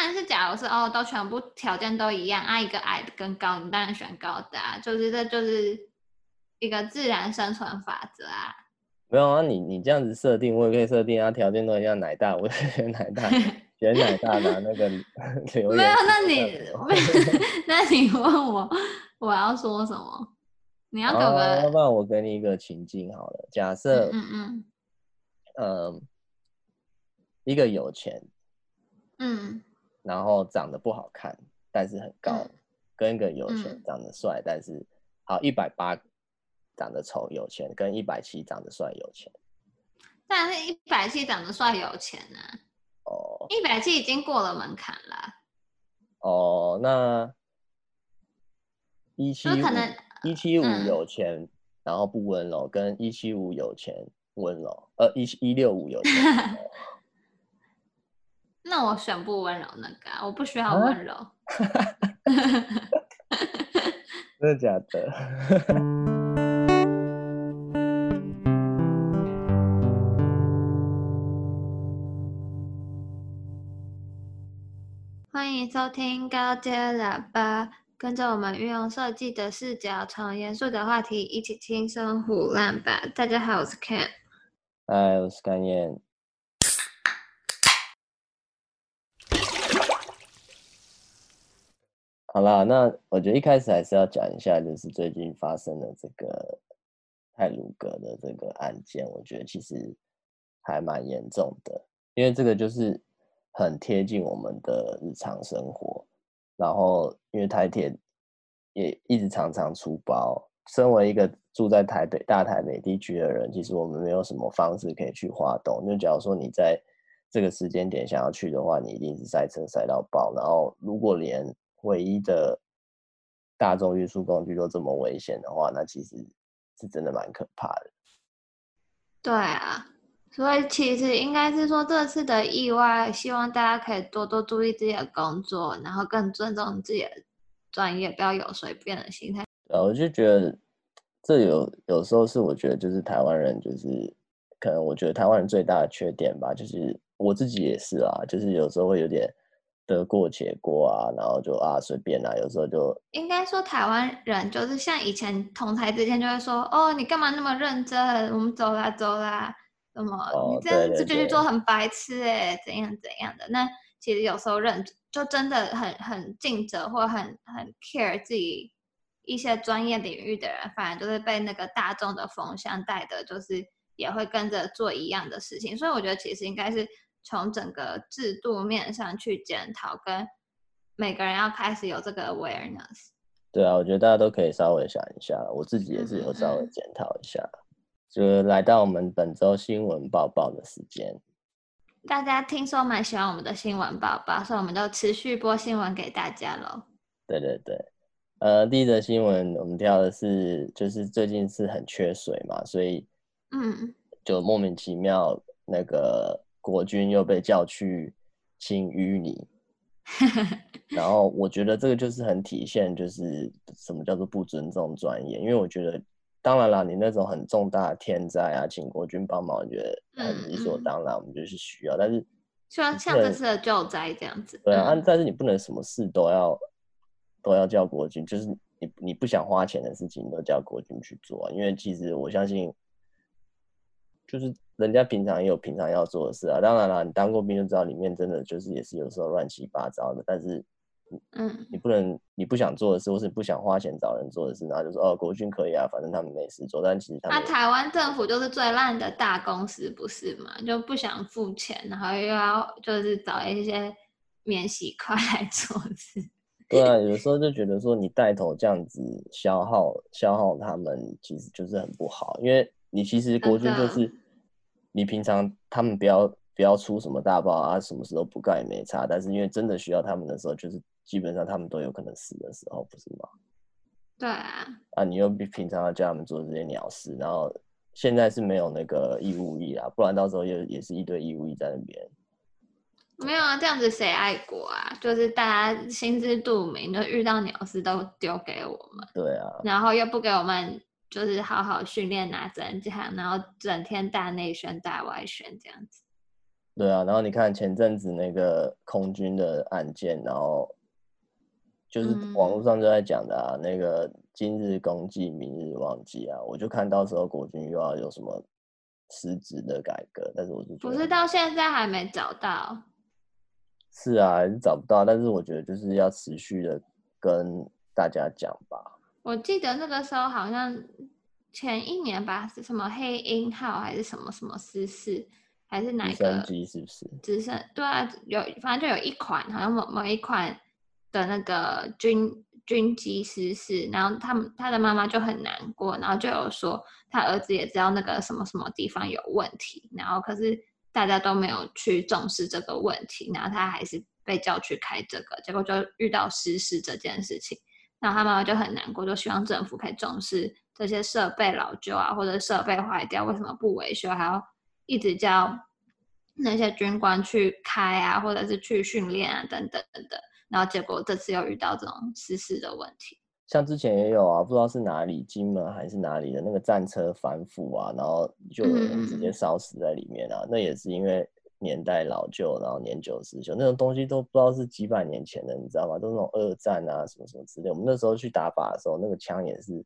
然是假如是都全部条件都一样，一个矮的跟高，你当然选高的啊，这就是一个自然生存法则啊。 没有啊，你这样子设定，我也可以设定啊，条件都一样，奶大，我就选奶大，选奶大拿那个留没有， 言是那你干什么？ 那你问我要说什么？你要给我啊，要不个然我给你一个情境好了，假嗯设嗯嗯一个有钱， 嗯然后长得不好看，但是很高， 嗯跟一个有钱嗯， 长得帅，但是好180长得丑有钱，跟170长得帅有钱。 但是170长得帅有钱啊， 哦 170已经过了门槛了， 哦，那一七五就是可能 175 嗯， 有钱，然后不温柔，跟175有钱温柔，165有钱温柔那我选不温柔那个啊，我不需要啊？ 温柔。 真的假的？ 欢迎收听高阶喇叭，跟着我们运用设计的视角，从严肃的话题一起轻松胡乱吧。大家好，我是 Ken。 哎，我是甘燕。好啦，那我觉得一开始还是要讲一下，就是最近发生的这个太鲁阁的这个案件，我觉得其实还蛮严重的，因为这个就是很贴近我们的日常生活，然后因为台铁也一直常常出包，身为一个住在大台北地区的人，其实我们没有什么方式可以去滑动。就假如说你在这个时间点想要去的话，你一定是塞车塞到爆。然后如果连唯一的大众运输工具都这么危险的话，那其实是真的蛮可怕的。 对啊，所以其实应该是说这次的意外，希望大家可以多多注意自己的工作，然后更尊重自己的专业，不要有随便的心态。 我就觉得这有时候是我觉得就是台湾人就是可能我觉得台湾人最大的缺点吧，就是我自己也是啊，就是有时候会有点得过且过啊，然后就随便啊，有时候就应该说台湾人就是像以前同台之间就会说，哦，你干嘛那么认真？我们走啦走啦，什么你这对样子对对继续做很白痴怎样怎样的。那其实有时候就真的很尽责或很 care 自己一些专业领域的人，反而就是被那个大众的风向带的，就是也会跟着做一样的事情。所以我觉得其实应该是从整个制度面上去检讨，跟每个人要开始有这个 awareness。 对啊，我觉得大家都可以稍微想一下，我自己也嗯是有稍微嗯嗯， 检讨一下。就来到我们本周新闻报报的时间。 大家听说蛮喜欢我们的新闻报报，所以我们就持续播新闻给大家喽。 对对对，第一则新闻我们挑的是，就是最近是很缺水嘛，所以嗯， 就莫名其妙那个国军又被叫去清淤泥，然后我觉得这个就是很体现就是什么叫做不尊重专业，因为我觉得当然啦，你那种很重大的天灾啊，请国军帮忙，我觉得很理所嗯嗯， 当然，我们就是需要，但是就你不能像这次的救灾这样子。 对啊， 嗯， 但是你不能什么事都要叫国军，就是你不想花钱的事情都叫国军去做啊，因为其实我相信，就是人家平常也有平常要做的事啊。当然啦，你当过兵就知道，里面真的就是也是有时候乱七八糟的。但是你嗯， 不能你不想做的事，或是你不想花钱找人做的事，然后就说国军可以啊，反正他们没事做。但其实他们也台湾政府就是最烂的大公司，不是吗？就不想付钱，然后又要就是找一些免洗筷来做事。 对啊，有的时候就觉得说你带头这样子消耗他们，其实就是很不好。因为你其实国真的， 军就是你平常他们不要出什么大包啊，什么事都不干也没差。但是因为真的需要他们的时候，就是基本上他们都有可能死的时候，不是吗？ 对啊， 你又平常要叫他们做这些鸟事，然后现在是没有那个义务役啦，不然到时候也是一堆义务役在那边。 没有啊，这样子谁爱国啊？就是大家心知肚明，就遇到鸟事都丢给我们， 对啊， 然后又不给我们就是好好训练拿真枪，然后整天大内宣大外宣这样子。 对啊，然后你看前阵子那个空军的案件，然后就是网络上就在讲的啊，那个今日公祭，明日忘记啊，我就看到时候国军又要有什么实质的改革，但是我就觉得不是到现在还没找到。 是啊，还是找不到，但是我觉得就是要持续的跟大家讲吧。 我记得那个时候好像前一年吧，是什么黑鹰号还是什么什么失事，还是哪直升一个机是不是？ 直升？对啊，反正就有一款，好像某一款的那个军机失事，然后他的妈妈就很难过，然后就有说他儿子也知道那个什么什么地方有问题，然后可是大家都没有去重视这个问题，然后他还是被叫去开这个，结果就遇到失事这件事情。然后他妈妈就很难过，就希望政府可以重视这些设备老旧啊，或者设备坏掉，为什么不维修，还要一直叫那些军官去开啊，或者是去训练啊，等等等等。然后结果这次又遇到这种失事的问题。 像之前也有啊，不知道是哪里，金门还是哪里的那个战车翻覆啊，然后就有人直接烧死在里面啊，那也是因为年代老旧，然后年久失修，那种东西都不知道是几百年前的，你知道吗？都是那种二战啊什么什么之类。我们那时候去打靶的时候，那个枪也是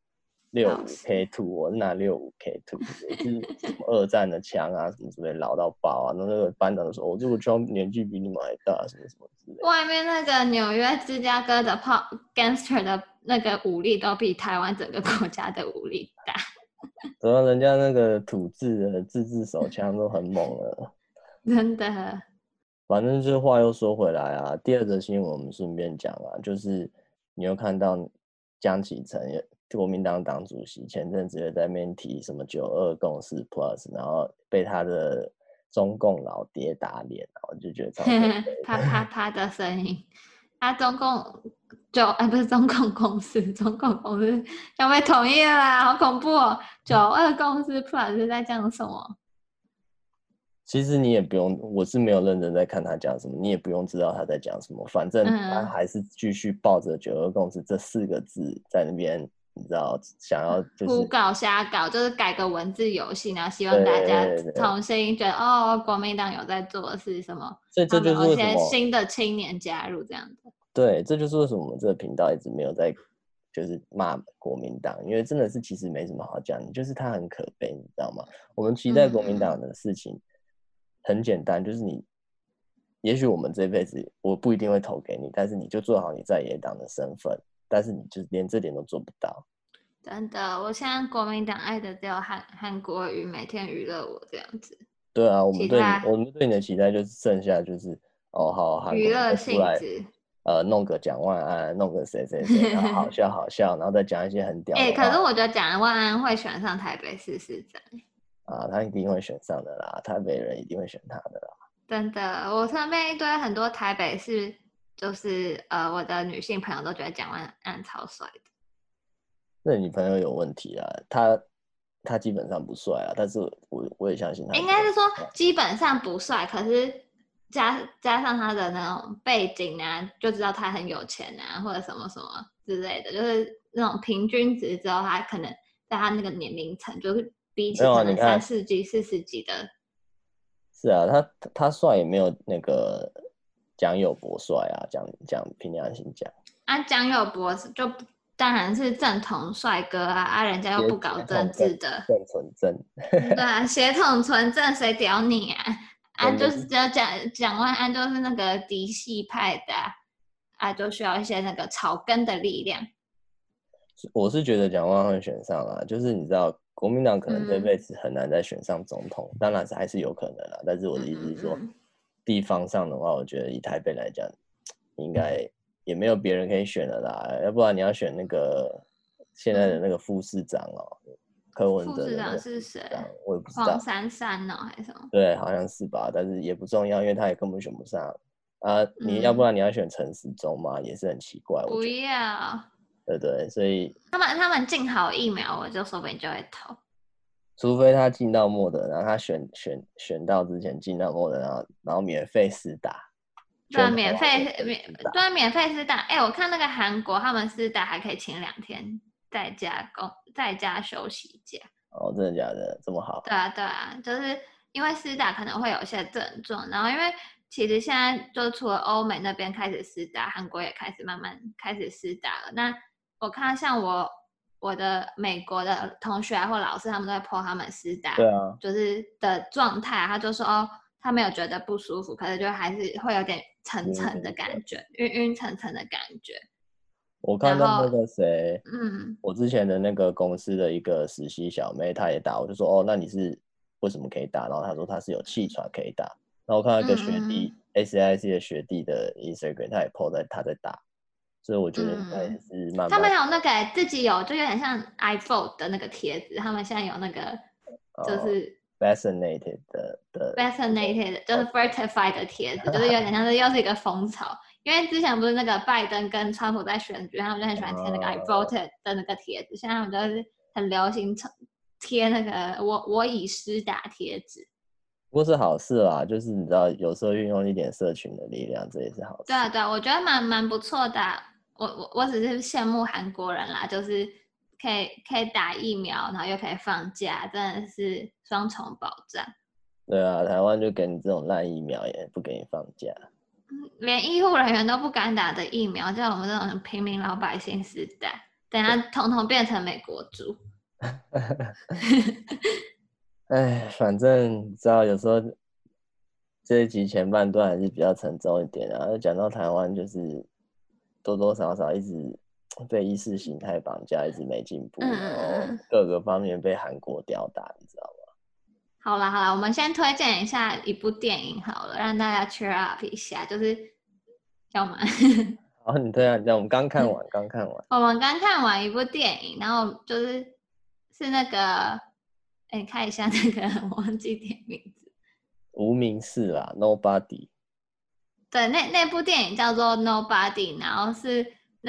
65K2，我是拿65K2，也是什么二战的枪啊什么之类，老到爆啊。那个班长就说：“哦，这个枪年纪比你们还大，什么什么之类的。” 外面那个纽约、芝加哥的gangster 的那个武力都比台湾整个国家的武力大。 主要人家那个土制的自制手枪都很猛了。 真的。 反正这话又说回来啊，第二则新闻我们顺便讲啊，就是你又看到江启臣国民党党主席前阵子也在那边提什么92共识 Plus， 然后被他的中共老爹打脸，我就觉得超可悲啪啪啪的声音，他中共不是中共公司，中共公司要被统一了啦，好恐怖哦！92公司 Plus 是在讲什么？ 其实你也不用，我是没有认真在看他讲什么，你也不用知道他在讲什么，反正他还是继续抱着92共识这4个字在那边，你知道，想要就是胡搞瞎搞，就是改个文字游戏，然后希望大家对重新觉得哦，国民党有在做的是什么， 所以这就是他们有一为什么些新的青年加入这样子。 对，这就是为什么我们这个频道一直没有在就是骂国民党，因为真的是其实没什么好讲，就是他很可悲，你知道吗？我们期待国民党的事情很简单，就是你，也许我们这辈子我不一定会投给你，但是你就做好你在野党的身份，但是你就连这点都做不到。 真的，我现在国民党爱的只有韩国瑜每天娱乐我这样子， 对啊， 其他我们对你的期待就是剩下就是哦好，韩国瑜娱乐再出来性质。 弄个蒋万安，弄个谁谁谁，然后好笑好笑，然后再讲一些很屌的可是话。 我觉得蒋万安会选上台北市市长， 啊，他一定会选上的啦，台北人一定会选他的啦。 真的。我身边一堆很多台北市，就是我的女性朋友都觉得蒋万安超帅的。 那你朋友有问题啊？他基本上不帅啊，但是我也相信他。 应该是说基本上不帅，可是加上他的那种背景啊，就知道他很有钱啊，或者什么什么之类的，就是那种平均值之后，他可能在他那个年龄层，就是比起没有啊， 可能你看， 30几、40几的。 是啊，他帅也没有那个蒋友柏帅啊，讲凭良心讲， 蒋友柏就当然是正统帅哥啊，人家又不搞政治的。 更纯正。 对啊，血统纯正，谁屌你啊？ 真的就是只要蒋万安就是那个嫡系派的就需要一些那个草根的力量。 我是觉得蒋万安会选上啊，就是你知道，国民党可能这辈子很难再选上总统，当然还是有可能啦。但是我的意思是说，地方上的话，我觉得以台北来讲，应该也没有别人可以选了啦。要不然你要选那个现在的那个副市长哦，柯文哲的那个副市长是谁？ 我也不知道。 黄珊珊哦，还是什么？ 对，好像是吧，但是也不重要，因为他也根本选不上啊。你要不然你要选陈时中嘛，也是很奇怪，我不觉得。 要。 对对，所以他们进好疫苗，我就说不定就会投。 除非他进到莫德，然后他选到之前进到莫德，然后免费施打， 对啊， 免免费施打。我看那个韩国他们施打还可以请2天在家休息假。 哦，真的假的？这么好？ 对啊，对啊，就是因为施打可能会有一些症状，然后因为其实现在就除了欧美那边开始施打，韩国也开始慢慢开始施打了。那我看像我的美国的同学或老师，他们都在 po 他们施打对啊， 就是的状态，他就说哦，他没有觉得不舒服，可是就还是会有点沉沉的感觉，晕晕沉沉的感觉。 我看然后到那个谁， 嗯我之前的那个公司的一个实习小妹，她也打，我就说哦，那你是为什么可以打？然后她说她是有气喘可以打。然后我看到一个学弟，SAIC 的学弟的 Instagram，他也 po 在他在打，所以我觉得应该也是慢他们慢有那个自己有，就有点像 iPhone 的那个贴纸，他们现在有那个就是 vaccinated 的 vaccinated，就是 OK， certified 的贴纸，就是有点像是又是一个风潮。因为之前不是那个拜登跟川普在选举，他们就很喜欢贴那个 I voted 的那个贴纸，现在他们就是很流行贴那个我已施打贴纸。 不过是好事啦，就是你知道，有时候运用一点社群的力量，这也是好事。 对啊对啊，我觉得蛮不错的啊。我只是羡慕韩国人啦，就是可以打疫苗，然后又可以放假，真的是双重保障。 对啊，台湾就给你这种烂疫苗，也不给你放假。 连医护人员都不敢打的疫苗，叫我们这种平民老百姓时代，等下统统变成美国猪。 哎，反正你知道，有时候这一集前半段还是比较沉重一点啊。讲到台湾，就是多多少少一直被意识形态绑架，一直没进步，然后各个方面被韩国吊打，你知道吗？ 好啦好啦，我们先推荐一下一部电影好了，让大家 cheer up 一下，就是叫吗？ 好，你对啊，你这样我们刚看完，刚看完我们刚看完一部电影，然后是那个，哎，你看一下那个，我忘记点名字。 无名氏啦，Nobody。 对，那部电影叫做《Nobody》，然后是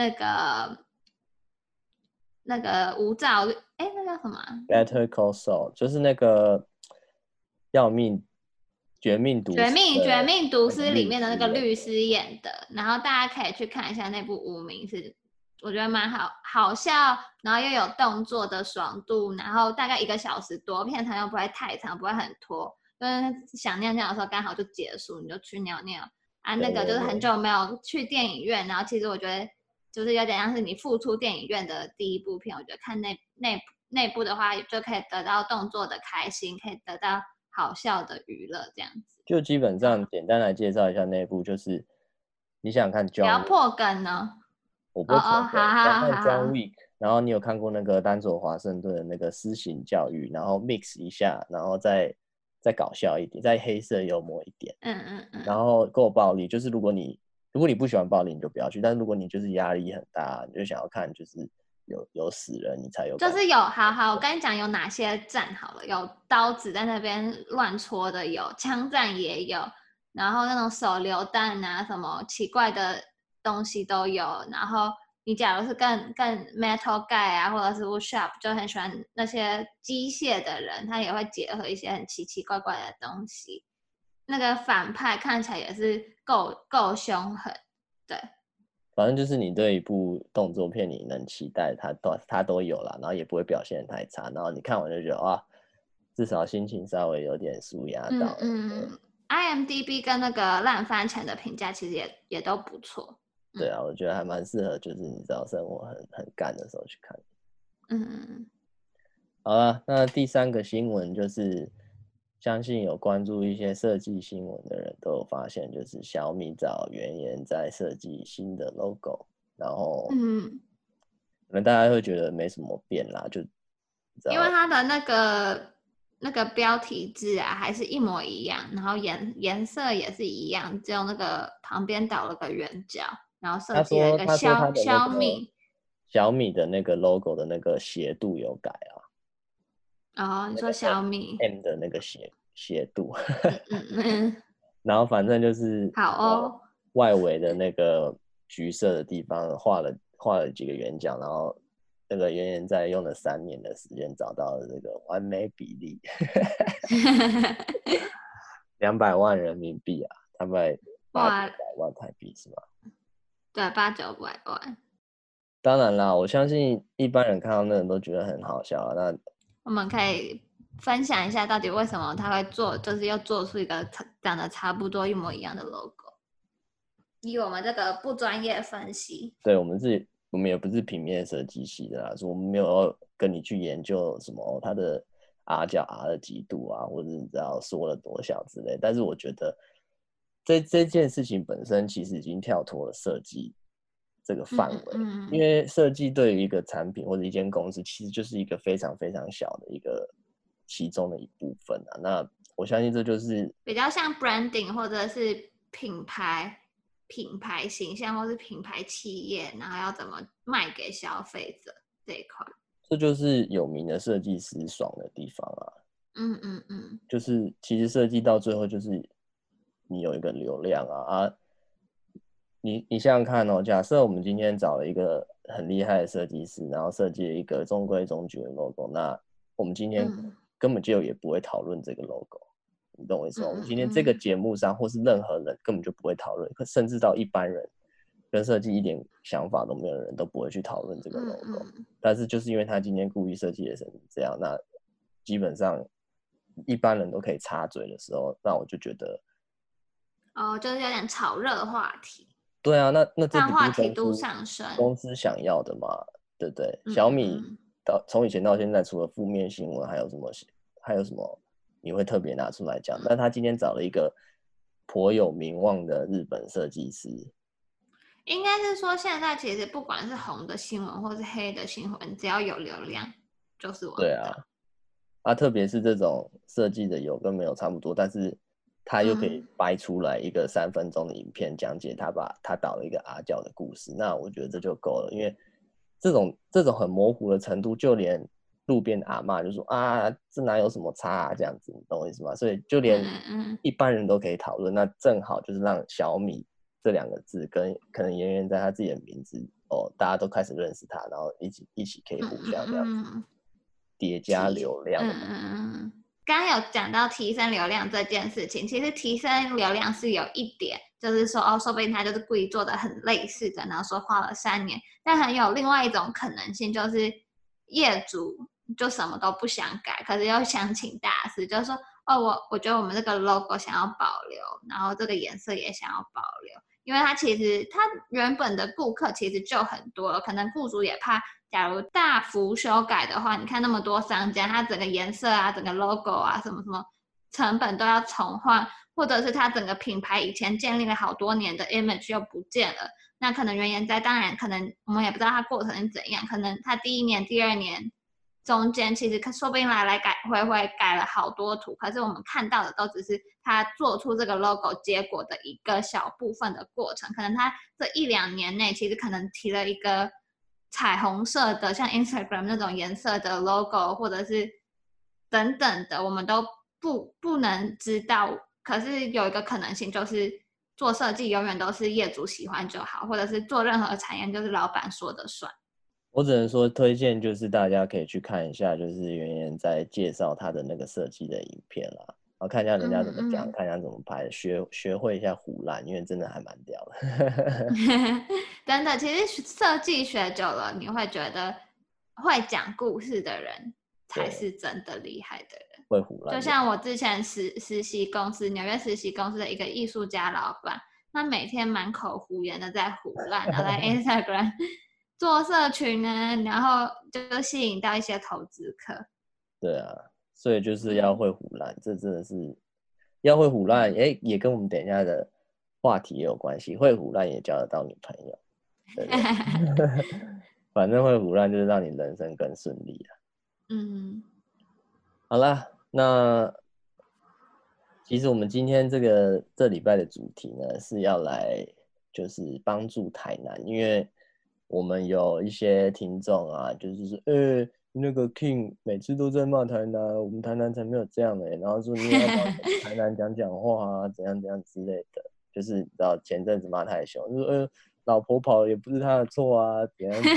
那个无照律，哎，那叫什么啊 Better Call Saul，就是那个要命绝命毒师绝的命毒师》 那个律里面的那个师演的。 律师演的，然后大家可以去看一下那部《无名》，我觉得蛮好笑，然后又有动作的爽度，然后大概1个小时多，片长又不会太长，不会很拖，就是想尿尿的时候刚好就结束，你就去尿尿啊。 对那个就是很对对， 久没有去电影院，然后其实我觉得就是有点像是你复出电影院的第一部片，我觉得看那部的话，就可以得到动作的开心，可以得到好笑的娱乐这样子。 就基本上简单来介绍一下那一部，就是你想想看，John 不要 Wick， 破梗呢。 我不哦哦， 会错的。 好好想看 John 好好， Wick，然后你有看过那个丹佐华盛顿的那个私刑教育，然后 mix 一下，然后再搞笑一点，再黑色幽默一点，然嗯， 后够暴力。就是如果你不喜欢暴力，你就不要去。但是如果你就是压力很大，你就想要看就是有死人，你才有感觉。 就是好，我跟你讲有哪些战好了，有刀子在那边乱戳的有，枪战也有，然后那种手榴弹啊，什么奇怪的东西都有。然后你假如是更 metal guy 啊，或者是 woodshop，就很喜欢那些机械的人，他也会结合一些很奇奇怪怪的东西。那个反派看起来也是够凶狠，对。 反正就是你对一部动作片，你能期待它都有啦，然后也不会表现得太差，然后你看完就觉得哇，至少心情稍微有点舒压到了。 IMDB 跟那个烂番茄的评价其实也都不错。 对啊，我觉得还蛮适合，就是你知道生活很干的时候去看。 嗯， 好了，那第三个新闻就是，相信有关注一些设计新闻的人都有发现，就是小米找原研在设计新的 logo，然后可能大家会觉得没什么变啦，就你知因为道， 它的那个标题字啊还是一模一样，然后颜色也是一样，只有那个旁边倒了个圆角，然后设计了一个他的那个小米。 小米的那个 logo 的那个斜度有改啊， 哦，你说那个小米， M 的那个斜度， 嗯， 然后反正就是好哦， 外围的那个橘色的地方画了几个圆角，然后那个圆圆在用了3年的时间找到了这个完美比例，200万人民币啊，大概哇， 800万台币是吗？ 对，800-900万。 当然啦，我相信一般人看到那个都觉得很好笑啊。那我们可以分享一下到底为什么他会做，就是又做出一个长得差不多一模一样的 logo。以我们这个不专业分析， 对，我们也不是平面设计系的啦，所以我们没有要跟你去研究什么它的 R 角 R 的几度啊，或者你知道缩了多小之类。但是我觉得这件事情本身其实已经跳脱了设计这个范围，因为设计对于一个产品或者一间公司，其实就是一个非常非常小的一个其中的一部分啊。那我相信这就是比较像 branding 或者是品牌形象，或是品牌企业，然后要怎么卖给消费者这一块。 这就是有名的设计师爽的地方啊。就是其实设计到最后就是你有一个流量啊，你想想看哦，假设我们今天找了一个很厉害的设计师，然后设计了一个中规中矩的 logo， 那我们今天根本就也不会讨论这个 logo， 你懂我意思吗？我们今天这个节目上或是任何人根本就不会讨论，甚至到一般人跟设计一点想法都没有的人都不会去讨论这个 logo，但是就是因为他今天故意设计的成这样，那基本上一般人都可以插嘴的时候，那我就觉得， 就是有点炒热话题， 对啊，那这不话是题度上升， 公司想要的嘛，对不对？小米从以前到现在，除了负面新闻，还有什么你会特别拿出来讲？但他今天找了一个颇有名望的日本设计师， 应该是说现在其实不管是红的新闻或是黑的新闻，只要有流量就是王道。 对啊，特别是这种设计的有跟没有差不多，但是他又可以掰出来一个3分钟的影片讲解他导了一个阿角的故事，那我觉得这就够了，因为这种很模糊的程度，就连路边的阿嬷就说啊，这哪有什么差啊，这样子，你懂我意思吗？所以就连一般人都可以讨论，那正好就是让小米这2个字跟可能源源在他自己的名字哦，大家都开始认识他，然后一起可以互相这样子叠加流量。 刚刚有讲到提升流量这件事情，其实提升流量是有一点，就是说说不定他就是故意做的很类似的，然后说花了3年，但很有另外一种可能性，就是业主就什么都不想改，可是又想请大师，就是说我觉得我们这个 logo 想要保留，然后这个颜色也想要保留，因为其实他原本的顾客其实就很多了，可能雇主也怕。假如大幅修改的话，你看那么多商家，它整个颜色啊、整个 logo 啊、什么什么成本都要重换，或者是它整个品牌以前建立了好多年的 image 又不见了，那可能原研在，当然可能我们也不知道它过程是怎样，可能它第1年、第2年中间其实说不定来改回改了好多图，可是我们看到的都只是它做出这个 logo 结果的一个小部分的过程，可能它这1、2年内其实可能提了一个彩虹色的，像 Instagram 那种颜色的 logo， 或者是等等的，我们都不能知道。可是有一个可能性，就是做设计永远都是业主喜欢就好，或者是做任何产业就是老板说的算。 我只能说推荐就是大家可以去看一下，就是圆圆在介绍他的那个设计的影片啦，然后看一下人家怎么讲，看一下怎么拍，学会一下唬烂，因为真的还蛮屌的。 真的，其实设计学久了，你会觉得会讲故事的人才是真的厉害的人。 会唬烂。 就像我之前实习公司，纽约实习公司的一个艺术家老板，他每天满口胡言的在唬烂，然后在 Instagram 做社群呢，然后就吸引到一些投资客。 对啊，所以就是要会唬烂，这真的是要会唬烂，也跟我们等一下的话题也有关系。会唬烂也交得到女朋友，对不对？反正会唬烂就是让你人生更顺利啊。好啦，那其实我们今天这礼拜的主题呢，是要来就是帮助台南，因为我们有一些听众啊，就是说，那个 King 每次都在骂台南，我们台南才没有这样然后说你也要帮台南讲话啊，怎样怎样之类的，就是你知道前阵子骂太凶，就说老婆跑了也不是他的错啊，怎样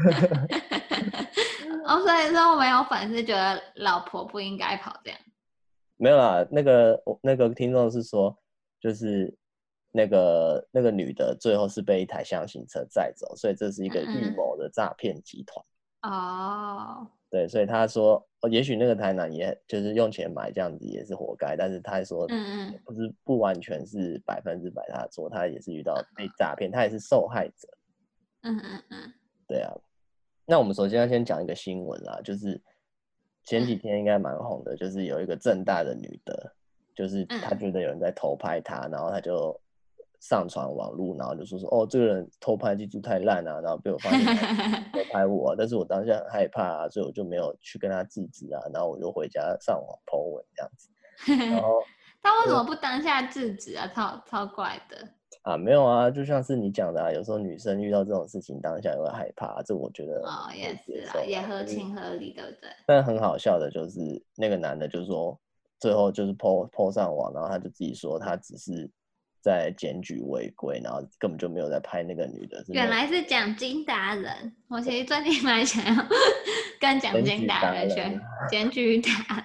所以说我们有粉丝觉得老婆不应该跑这样。 没有啦，那个听众是说，就是那个女的最后是被一台箱型车载走，所以这是一个预谋的诈骗集团。 哦， 对，所以他说也许那个台南也就是用钱买这样子也是活该，但是他还说，不完全是100%他的错，他也是遇到被诈骗，他也是受害者。对啊。那我们首先要先讲一个新闻啦，就是前几天应该蛮红的，就是有一个政大的女的，就是她觉得有人在偷拍她，然后她就上传网络，然后就说哦，这个人偷拍技术太烂啊，然后被我发现偷拍我啊，但是我当下很害怕啊，所以我就没有去跟他制止啊，然后我就回家上网 po 文这样子。然后他为什么不当下制止啊？超怪的。 没有啊，就像是你讲的啊，有时候女生遇到这种事情，当下也会害怕，这我觉得也是啦，也合情合理，对不对？ 但很好笑的就是那个男的就说，最后就是 po 上网，然后他就自己说他只是在检举违规，然后根本就没有在拍那个女的。 原来是奖金达人，我其实最近蛮想要跟奖金达人学检举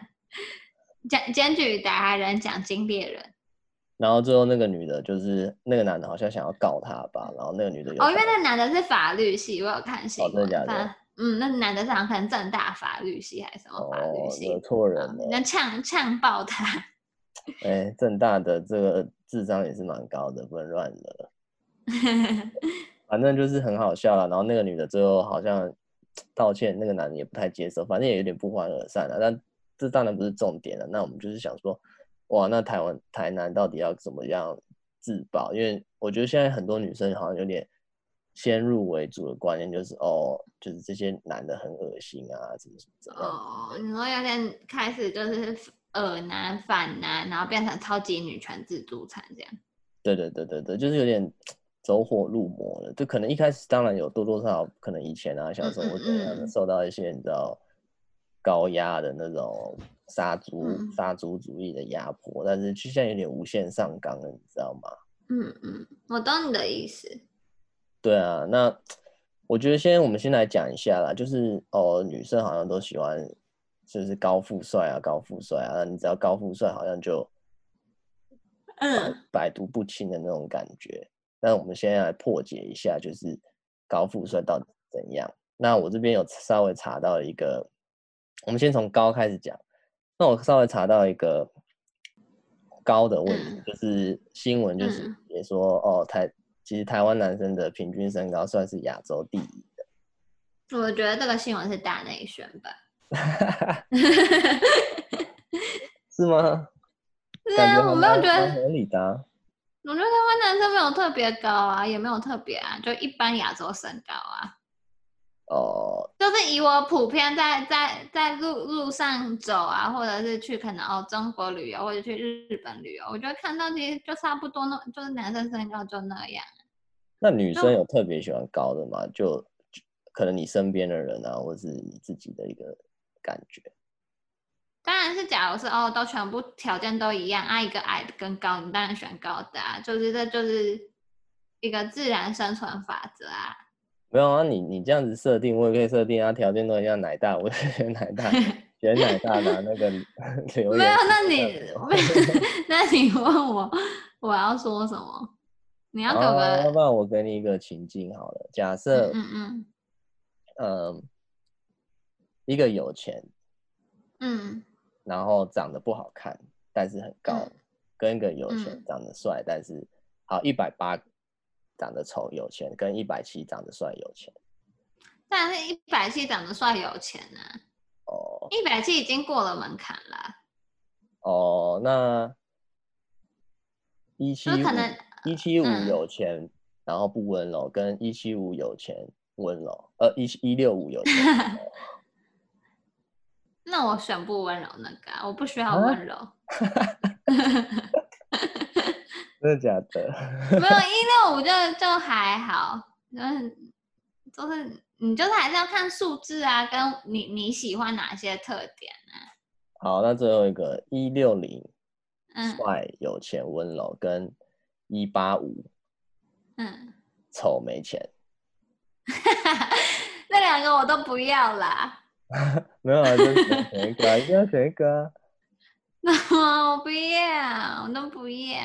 达人、奖金猎人。 然后最后那个女的，就是那个男的，好像想要告他吧，然后那个女的因为那男的是法律系，我有看新闻。 真的假的？ 那男的是好像可能政大法律系还是什么法律系， 惹错人了。 那呛爆他。 政大的这个智商也是蛮高的，不能乱惹。反正就是很好笑了。然后那个女的最后好像道歉，那个男的也不太接受，反正也有点不欢而散了。但这当然不是重点了。那我们就是想说，哇，那台南到底要怎么样自保？因为我觉得现在很多女生好像有点先入为主的观念，就是就是这些男的很恶心啊，怎么样？ 你说有点开始就是恶男反男，然后变成超级女权自助餐这样。 对，就是有点走火入魔了。就可能一开始当然有多多少少，可能以前啊小时候或怎样的受到一些你知道高压的那种杀猪主义的压迫，但是现在有点无限上纲了，你知道吗？ 我懂你的意思。 对啊，那我觉得我们先来讲一下啦，就是女生好像都喜欢就是高富帅啊，那你只要高富帅好像就百毒不侵的那种感觉。那我们现在来破解一下，就是高富帅到底怎样？那我这边有稍微查到一个，我们先从高开始讲。那我稍微查到一个高的问题，就是新闻就是也说其实台湾男生的平均身高算是亚洲第一的。 我觉得这个新闻是大内宣吧。 是吗？ 对啊，我没有觉得合理的啊。 我觉得台湾男生没有特别高啊，也没有特别啊，就一般亚洲身高啊。就是以我普遍在路上走啊，或者是去可能中国旅游或者去日本旅游，我觉得看到其实就差不多，就是男生身高就那样。 那女生有特别喜欢高的吗？就可能你身边的人啊，或是你自己的一个感觉。 当然是，假如是都全部条件都一样啊，一个矮的跟高，你当然选高的啊，这就是一个自然生存法则啊。 没有啊，你这样子设定，我也可以设定啊，条件都一样，奶大，我就选奶大，选奶大的那个留言。 没有，那你问我要说什么？你要给我个， 要不然我给你一个情境好了，假设，一个有钱，然后长得不好看，但是很高，跟一个有钱长得帅，但是好180长得丑有钱，跟170长得帅有钱。 当然是170长得帅有钱啊。170已经过了门槛了。 那175有钱，然后不温柔，跟175有钱温柔，165有钱。 那我选不温柔那个我不需要温柔。 真的假的？ 没有165就还好，就是你就是还是要看数字啊，跟你喜欢哪些特点啊。 好，那最后一个160帅有钱温柔，跟185丑没钱。 那两个我都不要啦。 没有啊，就选一个啊，一定要选一个啊。 我不要，我都不要。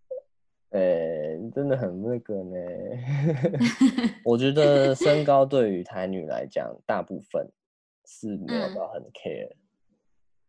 真的很那个呢。我觉得身高对于台女来讲，大部分是没有到很 care。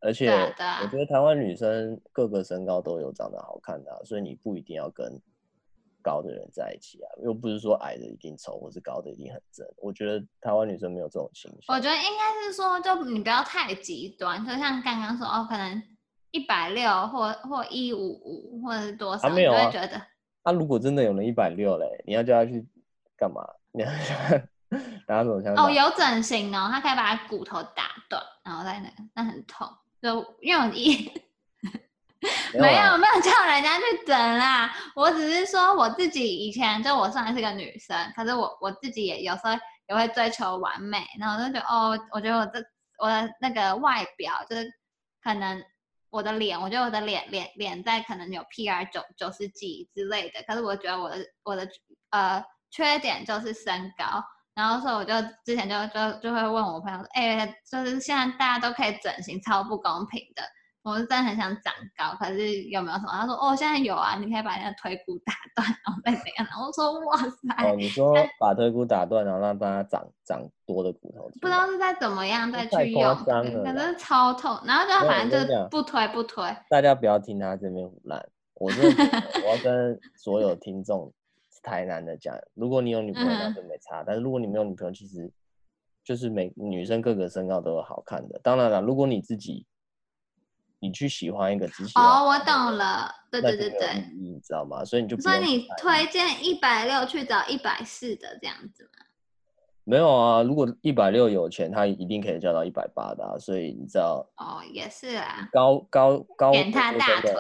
而对啊且对啊我觉得台湾女生各个身高都有长得好看的所以你不一定要跟高的人在一起啊，又不是说矮的一定丑，或是高的一定很正。我觉得台湾女生没有这种倾向。 我觉得应该是说，就你不要太极端，就像刚刚说可能160或155或者是多少，你就会没有啊， 觉得如果真的有人160嘞，你要叫他去干嘛？你要打手枪有整形哦，他可以把他骨头打断，然后再那很痛，就因为我没有叫人家去整啦，我只是说我自己以前就我虽然是个女生，可是我自己也有时候也会追求完美，然后我就觉得我觉得我的那个外表就是可能我的脸，我觉得我的脸在可能有 PR90几之类的，可是我觉得我的缺点就是身高。然后所以我就之前就会问我朋友说，就是现在大家都可以整形，超不公平的。我是真的很想长高，可是有没有什么？他说现在有啊，你可以把那个腿骨打断，然后再怎样。然后我说哇塞， 你说把腿骨打断，然后让它长多的骨头进来， 不知道是在怎么样再太夸去用， 张了啦。 可是超痛。然后就没有， 反正就我跟你讲， 不推。 大家不要听他这边胡乱。我真的觉得，我要跟所有听众台南的讲，如果你有女朋友，那就没差。但是如果你没有女朋友，其实就是女生各个身高都有好看的。当然了，如果你自己你去喜欢一个只喜欢我懂了，对那对对对。 就没有意义，你知道吗？所以你就不用所以你推荐160去找140的这样子吗？ 没有啊，如果160有钱，他一定可以叫到180的所以你知道也是啦， 高扁他大腿，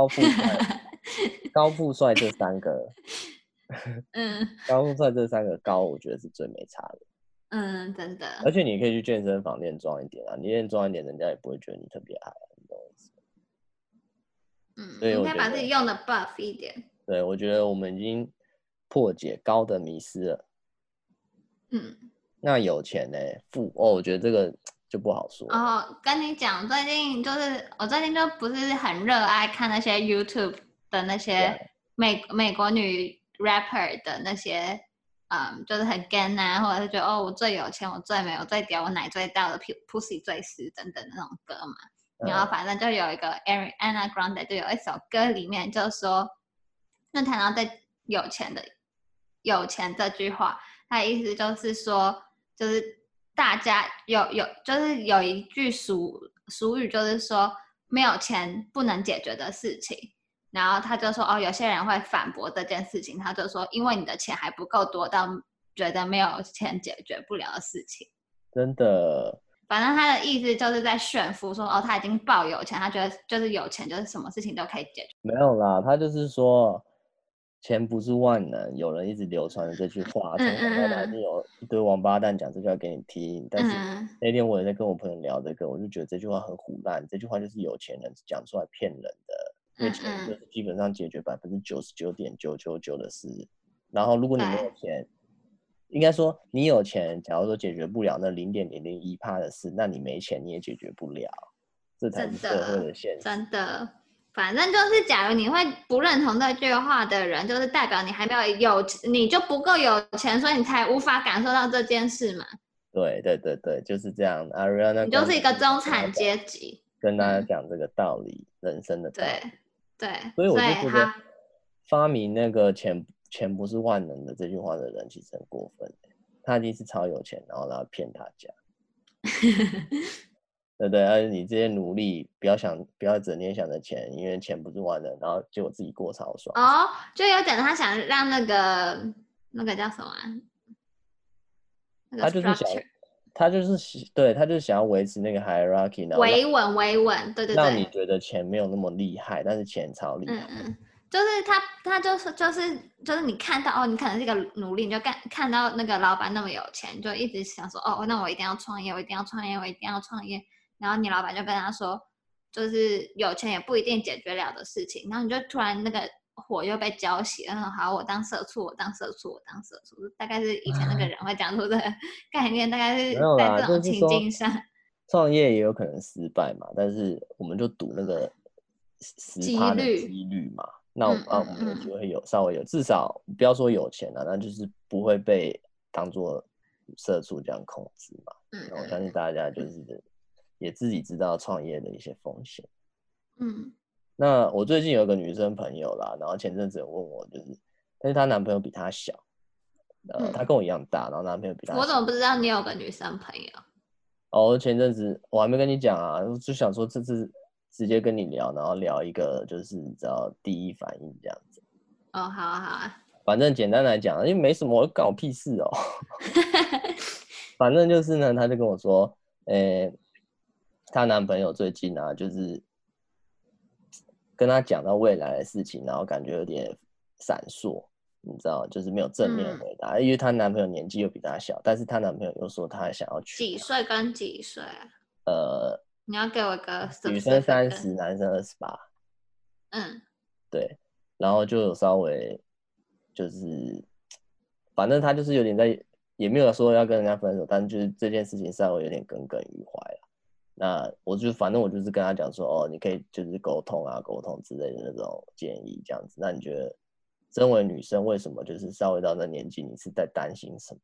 高富帅这三个， 嗯高富帅这三个高，我觉得是最没差的。 真的， 而且你可以去健身房练壮一点啊，你练壮一点，人家也不会觉得你特别矮啊，你懂我意思？所以你我觉得， 可以把自己用的 buff 一点。 对，我觉得我们已经破解高的迷思了。那有钱呢、我觉得这个就不好说。 跟你讲，我最近就不是很热爱看那些 YouTube 的那些美国女 rapper 的那些，就是很 gan 啊，或者是觉得我最有钱，我最美，我最屌，我奶最大的 pussy 最湿等等的那种歌嘛。然后反正就有一个 Ariana Grande 就有一首歌里面就说，就谈到对有钱这句话，他的意思就是说，就是大家就是有一句俗语，就是说没有钱不能解决的事情。然后他就说，有些人会反驳这件事情，他就说，因为你的钱还不够多到觉得没有钱解决不了的事情。 真的， 反正他的意思就是在炫富，说他已经爆有钱，他觉得就是有钱就是什么事情都可以解决。 没有啦，他就是说钱不是万能，有人一直流传这句话，从小到大已经有一堆王八蛋讲这句话给你听。但是那天我也在跟我朋友聊这个，我就觉得这句话很唬烂，这句话就是有钱人讲出来骗人的，因为钱就是基本上解决99.999%的事。然后如果你没有钱，应该说你有钱，假如说解决不了那0.001%的事，那你没钱你也解决不了，这才是社会的现实。 真的，反正就是，假如你会不认同这句话的人，就是代表你还没有你就不够有钱，所以你才无法感受到这件事嘛。 对，就是这样。 你就是一个中产阶级， 跟大家讲这个道理，人生的道理。 对， 所以我就觉得发明那个钱不是万能的这句话的人其实很过分，他一定是超有钱，然后骗大家。对不对？而且你这些努力，不要整天想着钱，因为钱不是万能，然后结果自己过超爽。 就有点他想让那个叫什么那个 structure， 他就是想要维持那个 hierarchy， 然后维稳，对， 让你觉得钱没有那么厉害，但是钱超厉害。 就是他就是你看到你可能是一个努力，你就看到那个老板那么有钱，就一直想说那我一定要创业，我一定要创业，我一定要创业。然后你老板就跟他说，就是有钱也不一定解决了的事情。然后你就突然那个火又被浇熄了。好，我当社畜，大概是以前那个人会讲出的概念，大概是在这种情境上。 创业也有可能失败嘛，但是我们就赌那个10%的几率嘛。那我们有机会稍微有，至少不要说有钱了，那就是不会被当做社畜这样控制嘛。那我相信大家就是也自己知道创业的一些风险。 嗯那我最近有一个女生朋友啦，然后前阵子有问我，但是她男朋友比她小，她嗯， 跟我一样大，然后男朋友比她小。 我怎么不知道你有个女生朋友？ 哦，前阵子我还没跟你讲啊，就想说这次直接跟你聊，然后聊一个就是你知道第一反应这样子。 哦，好啊好啊。 反正简单来讲，因为没什么，我搞屁事哦。反正就是呢，她就跟我说，她男朋友最近啊，就是跟她讲到未来的事情，然后感觉有点闪烁，你知道，就是没有正面回答，因为她男朋友年纪又比她小，但是她男朋友又说他想要娶她。 几岁跟几岁啊？ 呃， 你要给我一个女生 specific 的。 30，男生28。 嗯， 对，然后就有稍微就是，反正他就是有点在，也没有说要跟人家分手，但就是这件事情稍微有点耿耿于怀了。那反正我就是跟他讲说，哦，你可以就是沟通啊，沟通之类的那种建议这样子。那你觉得，身为女生，为什么就是稍微到那年纪，你是在担心什么？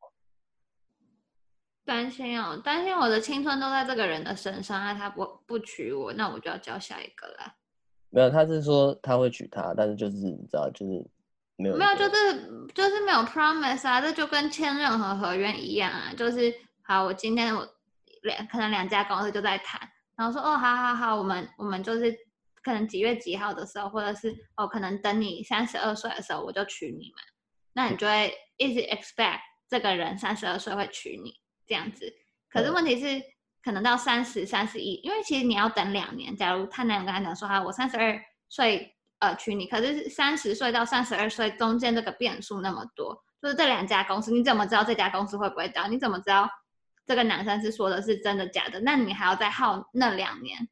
担心哦，担心我的青春都在这个人的身上，那他不娶我，那我就要交下一个啦。 没有，他是说他会娶她，但是就是你知道，就是没有没有， 一个就是没有 promise 啊，这就跟签任何合约一样啊。就是好，我今天可能两家公司就在谈，然后说哦，好好好，我们就是可能几月几号的时候，或者是哦，可能等你32岁的时候我就娶你嘛，那你就会一直 expect 这个人32岁会娶你这样子。可是问题是，可能到30、31，因为其实你要等2年。假如他男友跟他讲说，哈，我32岁娶你，可是30岁到32岁中间这个变数那么多，就是这两家公司，你怎么知道这家公司会不会倒？你怎么知道这个男生是说的是真的假的？那你还要再耗那2年，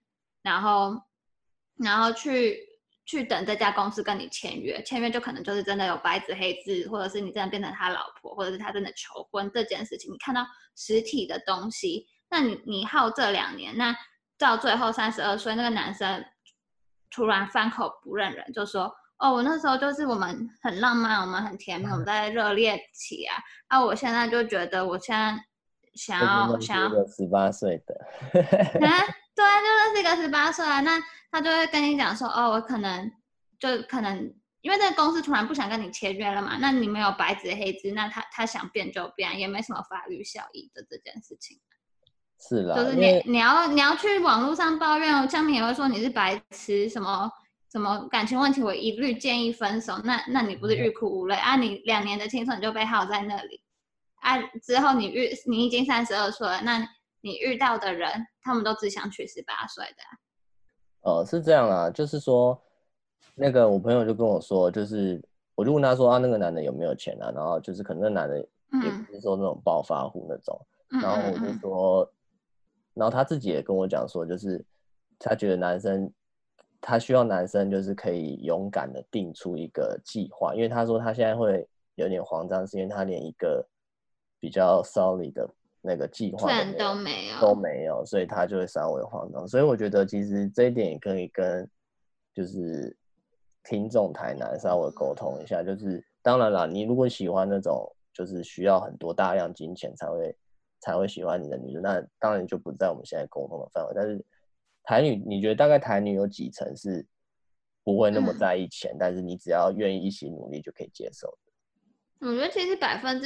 然后去等这家公司跟你签约，签约就可能就是真的有白纸黑字，或者是你真的变成他老婆，或者是他真的求婚这件事情，你看到实体的东西，那你耗这2年，那到最后32岁那个男生突然翻口不认人，就说哦，我那时候就是我们很浪漫，我们很甜蜜，我们在热恋期啊，我现在就觉得我现在想就是要想要认识一个18岁的。 啊，对啊，就认识一个18岁啊，那他就会跟你讲说，哦，我可能因为这个公司突然不想跟你签约了嘛，那你没有白纸黑字，那他想变就变，也没什么法律效益的这件事情。 是啦， 就是因为你要去网络上抱怨，下面也会说你是白痴，什么感情问题，我一律建议分手。那你不是欲哭无泪啊？你2年的青春就被耗在那里啊！之后你已经32岁了，那你遇到的人，他们都只想娶18岁的是这样啦，就是说，那个我朋友就跟我说，就是我就问他说啊，那个男的有没有钱啊？然后就是可能那男的也不嗯是说那种暴发户那种， 嗯然后我就嗯嗯说，然后他自己也跟我讲说，就是他觉得他需要男生就是可以勇敢的定出一个计划，因为他说他现在会有点慌张，是因为他连一个比较 solid 的那个计划都 ，plan 都没有。 没有。 都没有，所以他就会稍微慌张。所以我觉得其实这一点也可以跟就是听众台南稍微沟通一下。就是当然啦，你如果喜欢那种就是需要很多大量金钱才会喜欢你的女生，那当然就不在我们现在沟通的范围。但是台女，你觉得大概台女有几成是不会那么嗯， 在意钱，但是你只要愿意一起努力就可以接受的？ 我觉得其实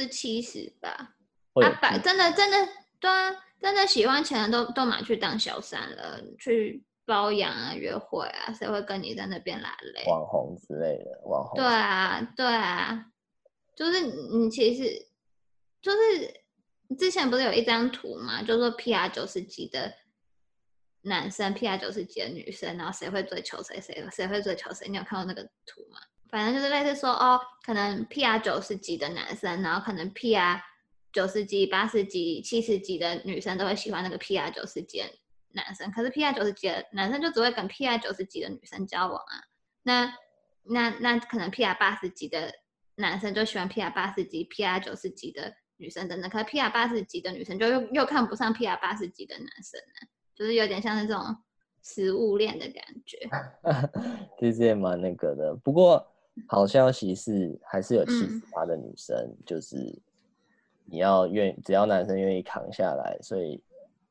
70%吧。 会有真的对啊，真的喜欢钱的都拿去当小三了，去包养啊、约会啊，谁会跟你在那边拉累？ 网红之类的，网对红啊，对啊，就是你其实就是之前不是有一张图嘛，就说 PR90几的男生，PR90几的女生，然后谁会追求谁，谁会追求谁？你有看到那个图吗？反正就是类似说，哦，可能 PR90几的男生，然后可能 PR90几、80几、70几的女生都会喜欢那个 PR90几的男生，可是 PR90几的男生就只会跟 PR90几的女生交往啊。那那可能 PR80几的男生就喜欢 PR80几、PR90几的女生等等，可是 PR80几的女生就又看不上 PR80几的男生呢，就是有点像是这种食物链的感觉。 其实也蛮那个的。不过好消息是，还是有嗯， 70%的女生，就是只要男生愿意扛下来，所以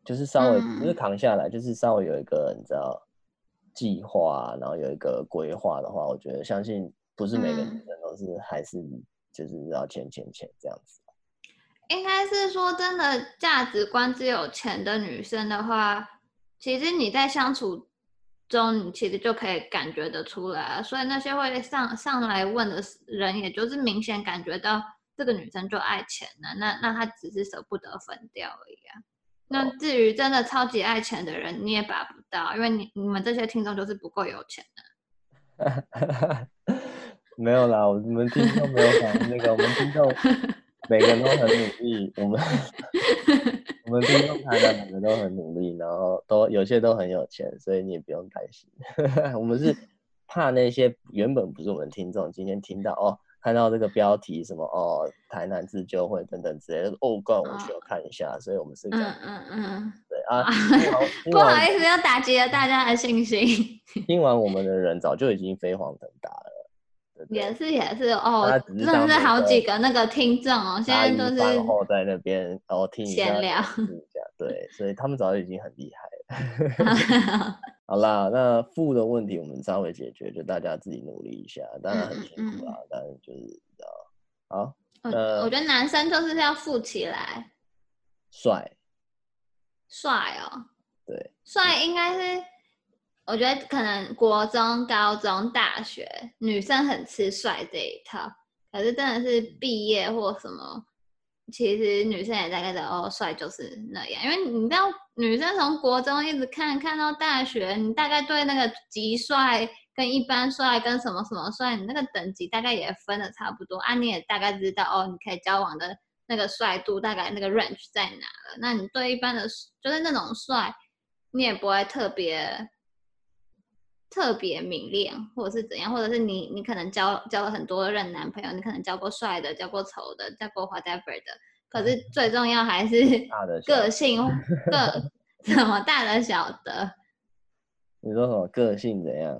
就是稍微不是扛下来，就是稍微有一个你知道计划，然后有一个规划的话，我觉得相信不是每个女生都是还是就是要钱这样子。 应该是说真的，价值观只有钱的女生的话，其实你在相处中，你其实就可以感觉得出来，所以那些会上来问的人，也就是明显感觉到这个女生就爱钱了，那她只是舍不得分掉而已啊。那至于真的超级爱钱的人，你也把不到，因为你们这些听众就是不够有钱的。 没有啦，我们听众没有那个，我们听众每个人都很努力，我们我们听众台的每个都很努力，然后有些都很有钱，所以你也不用担心。我们是怕那些原本不是我们听众，今天听到哦，看到这个标题什么哦，台南自救会等等之类的，哦，干我需要看一下，所以我们是讲对啊， 不好意思，又打击了大家的信心。 听完我们的人早就已经飞黄腾达了。 也是哦，真的是好几个那个听众哦，现在都是饭后在那边听一下闲聊， 对，所以他们早就已经很厉害了。好啦，那富的问题我们稍微解决，就大家自己努力一下，当然很辛苦啦，但就是好。 我觉得男生就是要富起来，帅哦， 对， 帅应该是。我觉得可能国中、高中、大学女生很吃帅这一套，可是真的是毕业或什么，其实女生也大概知道哦，帅就是那样。因为你知道，女生从国中一直看到大学，你大概对那个极帅跟一般帅跟什么什么帅，你那个等级大概也分的差不多啊，你也大概知道哦，你可以交往的那个帅度大概那个 range 在哪了。那你对一般的，就是那种帅，你也不会特别明恋，或者是怎样，或者是你可能交了很多任男朋友，你可能交过帅的，交过丑的，交过 whatever 的，可是最重要还是个性，什么大的小的。 你说什么个性怎样？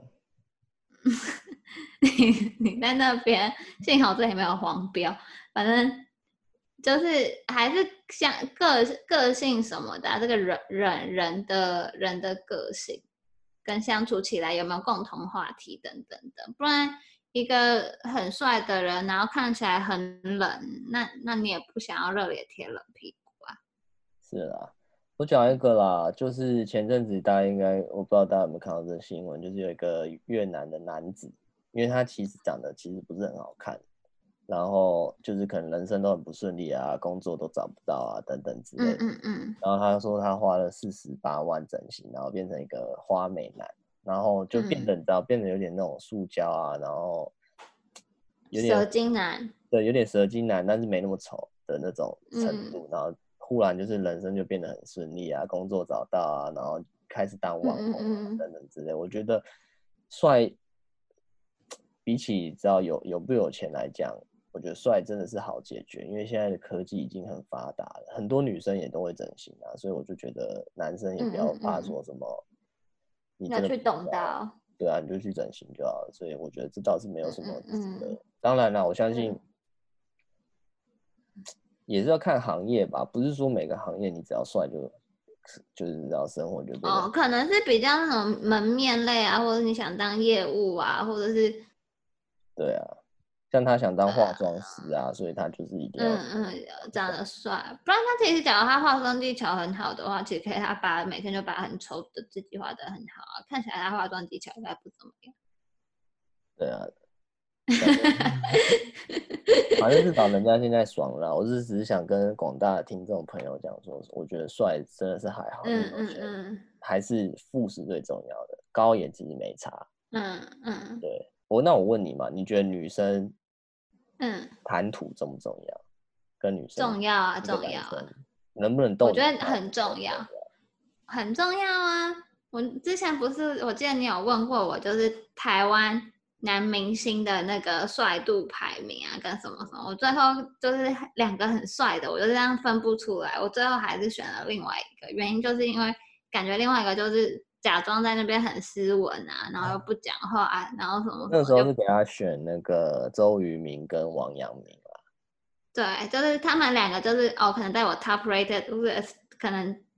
你在那边，幸好这里没有黄标，反正就是还是像个性什么的这个人的个性。跟相处起来有没有共同话题等等的，不然一个很帅的人，然后看起来很冷，那你也不想要热脸贴冷屁股啊。 是啦，我讲一个啦，就是前阵子大家应该我不知道大家有没有看到这个新闻，就是有一个越南的男子，因为他其实长得其实不是很好看，然后就是可能人生都很不顺利啊，工作都找不到啊等等之类的。然后他说他花了48万整形，然后变成一个花美男，然后就变得你知道，变得有点那种塑胶啊，然后有点蛇精男， 对，有点蛇精男，但是没那么丑的那种程度。然后忽然就是人生就变得很顺利啊，工作找到啊，然后开始当网红啊等等之类。我觉得帅比起知道有不有钱来讲。我觉得帅真的是好解决，因为现在的科技已经很发达了，很多女生也都会整形啊，所以我就觉得男生也不要怕说什么，你真的要去懂到， 对啊，你就去整形就好了。所以我觉得这倒是没有什么值得。当然啦，我相信也是要看行业吧，不是说每个行业你只要帅就是知道生活就变得可能是比较那种门面类啊，或者你想当业务啊，或者是对啊。像他想当化妆师啊，所以他就是一定要长得帅，不然他其实假如他化妆技巧很好的话，其实可以他每天就把很丑的自己画得很好啊，看起来他化妆技巧应该不怎么样。 对啊，反正至少人家现在爽了。我只是想跟广大的听众朋友讲说，我觉得帅真的是还好，还是富是最重要的，高也其实没差。对，那我问你嘛，你觉得女生谈吐重不重要？跟女生重要啊，重要啊， 能不能动？ 我觉得很重要，很重要啊。我之前不是，我记得你有问过我，就是台湾男明星的那个帅度排名啊，跟什么什么，我最后就是2个很帅的，我就这样分不出来，我最后还是选了另外一个，原因就是因为感觉另外一个就是假装在那边很斯文啊，然后又不讲话啊，然后什么那时候是给他选那个周渝民跟王阳明啦。 对，就是他们2个就是可能在我 top rated 可能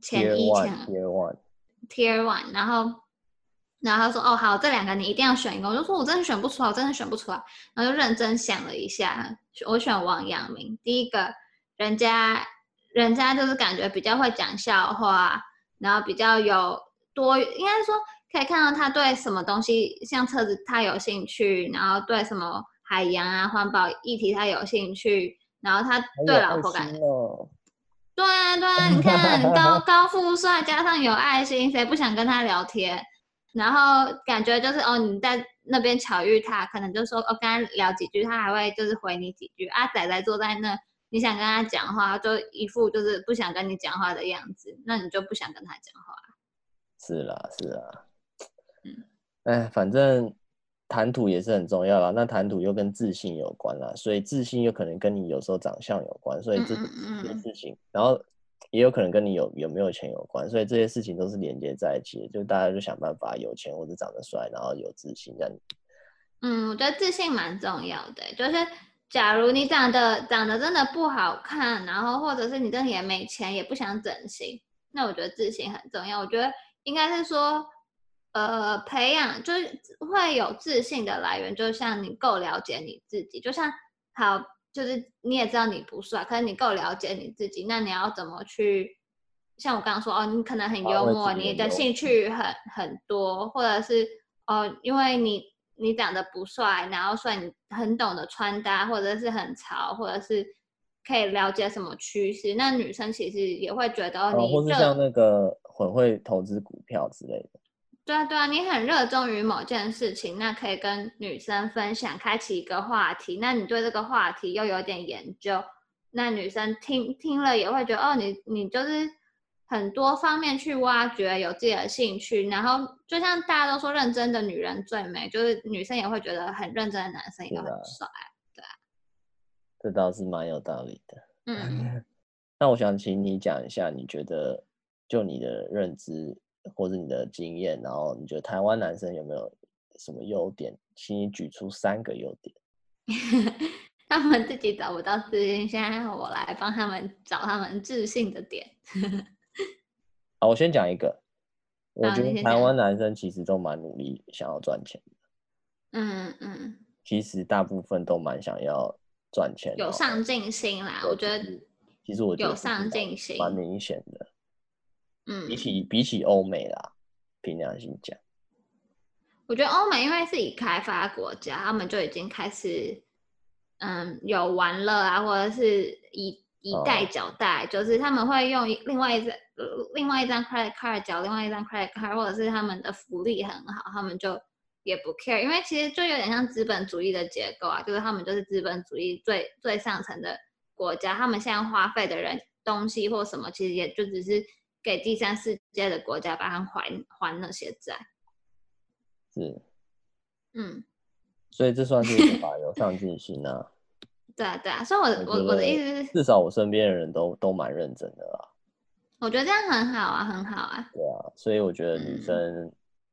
前 Tier 一 One 前 Tier One， Tier One，然后他说哦好，这2个你一定要选一个，我就说我真的选不出来，我真的选不出来，然后就认真想了一下，我选王阳明。第一个，人家就是感觉比较会讲笑话，然后比较有应该说可以看到他对什么东西，像车子他有兴趣，然后对什么海洋啊环保议题他有兴趣，然后他对很有爱老婆感心哦。 对啊，对啊，你看高富帅加上有爱心，谁不想跟他聊天？然后感觉就是哦，你在那边巧遇他，可能就说哦，跟他聊几句，他还会就是回你几句啊。仔仔坐在那，你想跟他讲话，就一副就是不想跟你讲话的样子，那你就不想跟他讲话。 是啦是啦， 嗯哎，反正谈吐也是很重要啦。那谈吐又跟自信有关啦，所以自信有可能跟你有时候长相有关，所以这些事情，然后也有可能跟你有没有钱有关，所以这些事情都是连接在一起的。就大家就想办法有钱或者长得帅，然后有自信这样。 我觉得自信蛮重要的，就是假如你长得真的不好看，然后或者是你真的也没钱，也不想整形，那我觉得自信很重要。我觉得应该是说，培养就是会有自信的来源，就像你够了解你自己，就像好，就是你也知道你不帅，可是你够了解你自己，那你要怎么去？像我刚刚说哦，你可能很幽默，你的兴趣很多，或者是哦，因为你长得不帅，然后所以你很懂得穿搭，或者是很潮，或者是可以了解什么趋势，那女生其实也会觉得哦， 或是像那个很会投资股票之类的。 对啊对啊，你很热衷于某件事情，那可以跟女生分享，开启一个话题，那你对这个话题又有点研究，那女生听了也会觉得哦，你就是很多方面去挖掘，有自己的兴趣，然后就像大家都说认真的女人最美，就是女生也会觉得很认真的男生也很帅，对啊， 这倒是蛮有道理的。 嗯。 那我想请你讲一下，你觉得就你的认知或者你的经验，然后你觉得台湾男生有没有什么优点？请你举出3个优点。 他们自己找不到自信，现在我来帮他们找他们自信的点。 好，我先讲一个，我好， 觉得你先讲。 台湾男生其实都蛮努力想要赚钱的， 嗯嗯， 其实大部分都蛮想要赚钱，然有上后进心啦， 对， 我觉得其实我觉得这是有上进蛮心。 明显的， 嗯， 比起欧美啦，凭良心讲。 我觉得欧美因为是以开发国家，他们就已经开始，有玩乐啊，或者是以贷缴贷，就是他们会用另外一张 credit card 缴另外一张 credit card，或者是他们的福利很好，他们就也不 care，因为其实就有点像资本主义的结构啊，就是他们就是资本主义最上层的国家，他们现在花费的东西或什么，其实也就只是给第三世界的国家帮他还那些债。 是， 嗯， 所以这算是一个吧，有上进心啊。 对啊，对啊，所以我我觉我我的意得思是， 至少我身边的人都蛮认真的啦。 我觉得这样很好啊，很好啊。 对啊，所以我觉得女嗯生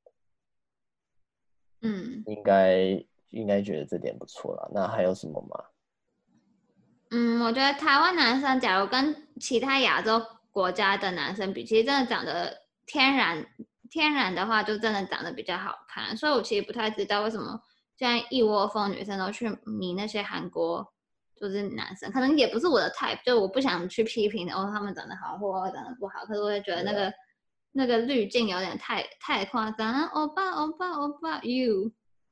嗯应该觉得这点不错啦。那还有什么吗？ 我觉得台湾男生假如跟其他亚洲国家的男生比，其实真的长得天然的话，就真的长得比较好看。所以我其实不太知道为什么现在一窝蜂女生都去迷那些韩国就是男生，可能也不是我的 type，就我不想去批评哦他们长得好或长得不好，可是我也觉得那个滤镜有点太夸张啊，欧巴欧巴欧巴 you。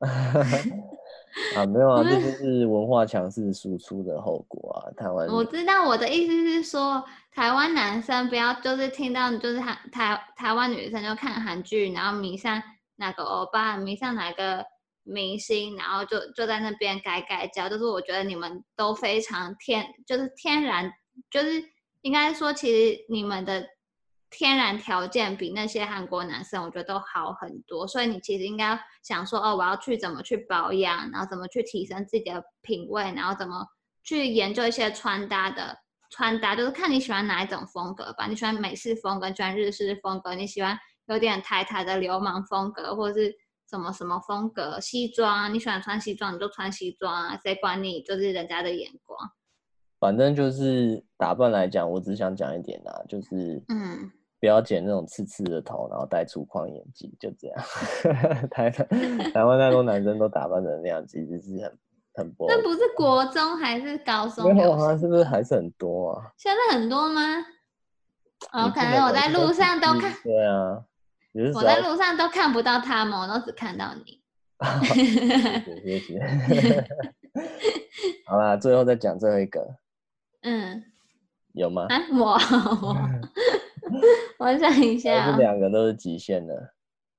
啊，没有啊，这就是文化强势输出的后果啊。台湾我知道我的意思是说，台湾男生不要就是听到就是台湾女生就看韩剧，然后迷上哪个欧巴，迷上哪个明星，然后就在那边改叫。就是我觉得你们都非常就是天然，就是应该说，其实你们的天然条件比那些韩国男生，我觉得都好很多。所以你其实应该想说，哦，我要怎么去保养，然后怎么去提升自己的品味，然后怎么去研究一些穿搭，就是看你喜欢哪一种风格吧。你喜欢美式风格，你喜欢日式风格，你喜欢有点台的流氓风格，或者是什么什么风格，西装啊，你喜欢穿西装你就穿西装啊，谁管你就是人家的眼光。 反正就是打扮来讲，我只想讲一点啊，就是嗯不要剪那种刺刺的头，然后戴粗框眼镜，就这样。台湾太多男生都打扮成那样，其实是很不 OK。 那不是国中还是高中没有流行？ 啊，是不是还是很多啊？ 现在很多吗？哦，可你不能能我在路上都看， 对啊，你是我在只要路上都看不到他们，我都只看到你。 谢谢。好啦，最后再讲最后一个， 嗯， 有吗？ 啊，我想一还是下哦。 两个都是极限的？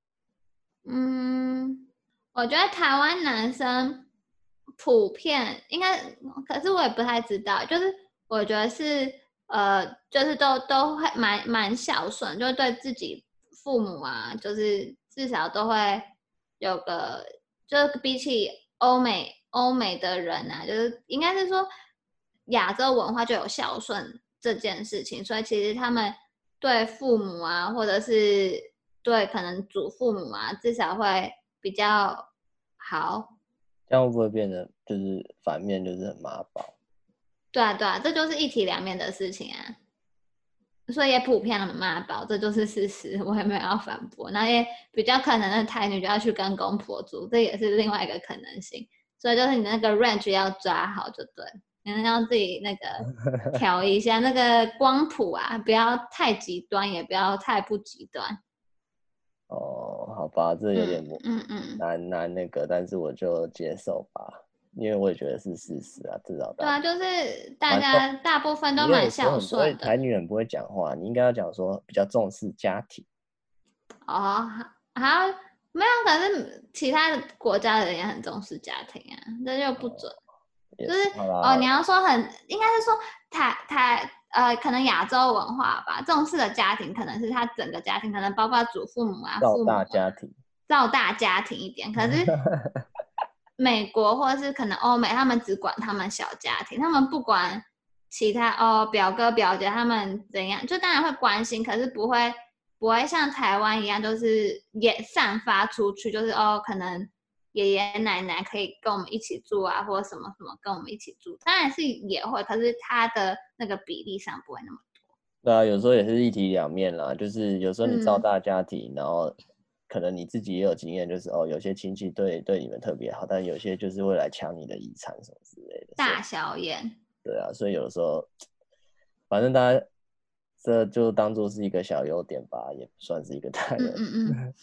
嗯，我觉得台湾男生普遍应该，可是我也不太知道，就是我觉得是就是都会蛮孝顺，就对自己父母啊，就是至少都会有个，就是比起欧美的人啊，就是应该是说亚洲文化就有孝顺这件事情，所以其实他们对父母啊，或者是对可能祖父母啊，至少会比较好。 这样会不会变得就是反面，就是很妈宝？ 对啊，对啊，这就是一体两面的事情啊。所以也普遍了妈宝，这就是事实，我也没有要反驳。那也比较可能的台女就要去跟公婆住，这也是另外一个可能性。所以就是你那个 range 要抓好就对，你要自己那个调一下那个光谱啊，不要太极端，也不要太不极端。 哦，好吧，这有点难那个，但是我就接受吧，因为我也觉得是事实啊，至少对啊，就是大蛮重。 家大部分都你有蛮孝说很不会， 顺的。 台女很不会讲话，你应该要讲说比较重视家庭。 哦，好，没有，可是其他的国家的人也很重视家庭啊，这就不准。就是也是，好啦哦， 好啦， 你要说应该是说可能亚洲文化吧，重视的家庭可能是他整个家庭，可能包括祖父母啊、 照父母啊， 大家庭。 照大家庭一点。可是美国或者是可能欧美，他们只管他们小家庭，他们不管其他表哥表姐他们怎样，就当然会关心，可是不会像台湾一样，就是也散发出去，就是可能爷爷奶奶可以跟我们一起住啊，或者什么什么跟我们一起住，当然是也会，可是他的那个比例上不会那么多。 对啊，有时候也是一体两面啦，就是有时候你照嗯， 大家庭，然后可能你自己也有经验，就是有些亲戚对你们特别好，但有些就是会来抢你的遗产什么之类的。 大小眼。 对啊，所以有的时候，反正大家这就当做是一个小优点吧，也不算是一个大优点。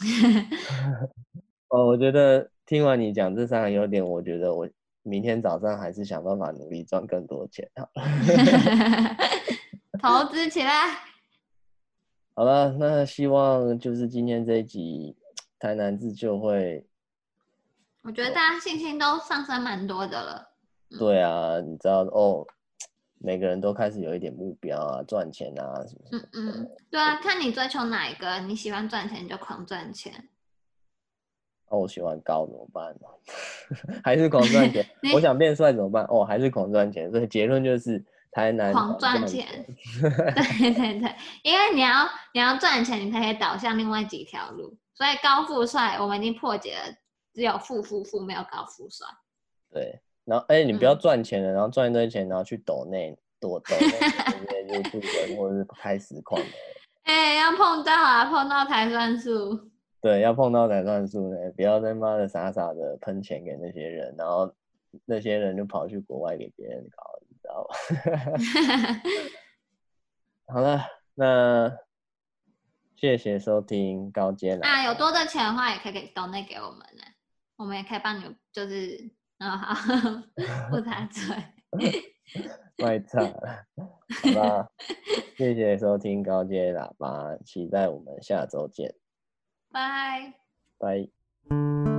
哦，我觉得听完你讲这三个优点，我觉得我明天早上还是想办法努力赚更多钱好了。 投资起来。 好了，那希望就是今天这一集台南自救会， 我觉得大家信心都上升蛮多的了。 对啊，你知道每个人都开始有一点目标啊，赚钱啊什么什么的。 对啊，看你追求哪一个，你喜欢赚钱你就狂赚钱。 那我喜欢高怎么办呢？还是狂赚钱？ 你我想变帅怎么办？还是狂赚钱。所以结论就是台南狂狂赚赚钱。 钱。 对对对，因为你要赚钱，你才可以导向另外几条路。所以高富帅我们已经破解了，只有富，没有高富帅。 对，然后你不要赚钱了，然后赚一堆钱，然后去抖内那些 YouTube 或者是开实况的。 要碰到才算数。 对，要碰到才算数呢，不要他妈的傻傻的喷钱给那些人，然后那些人就跑去国外给别人搞，你知道吗？好了，那谢谢收听高阶啦。 有多的钱的话，也可以donate给我们呢，我们也可以帮你，就是好，不插嘴。 卖惨了。好啦，谢谢收听高阶喇叭，期待我们下周见， 拜。 拜。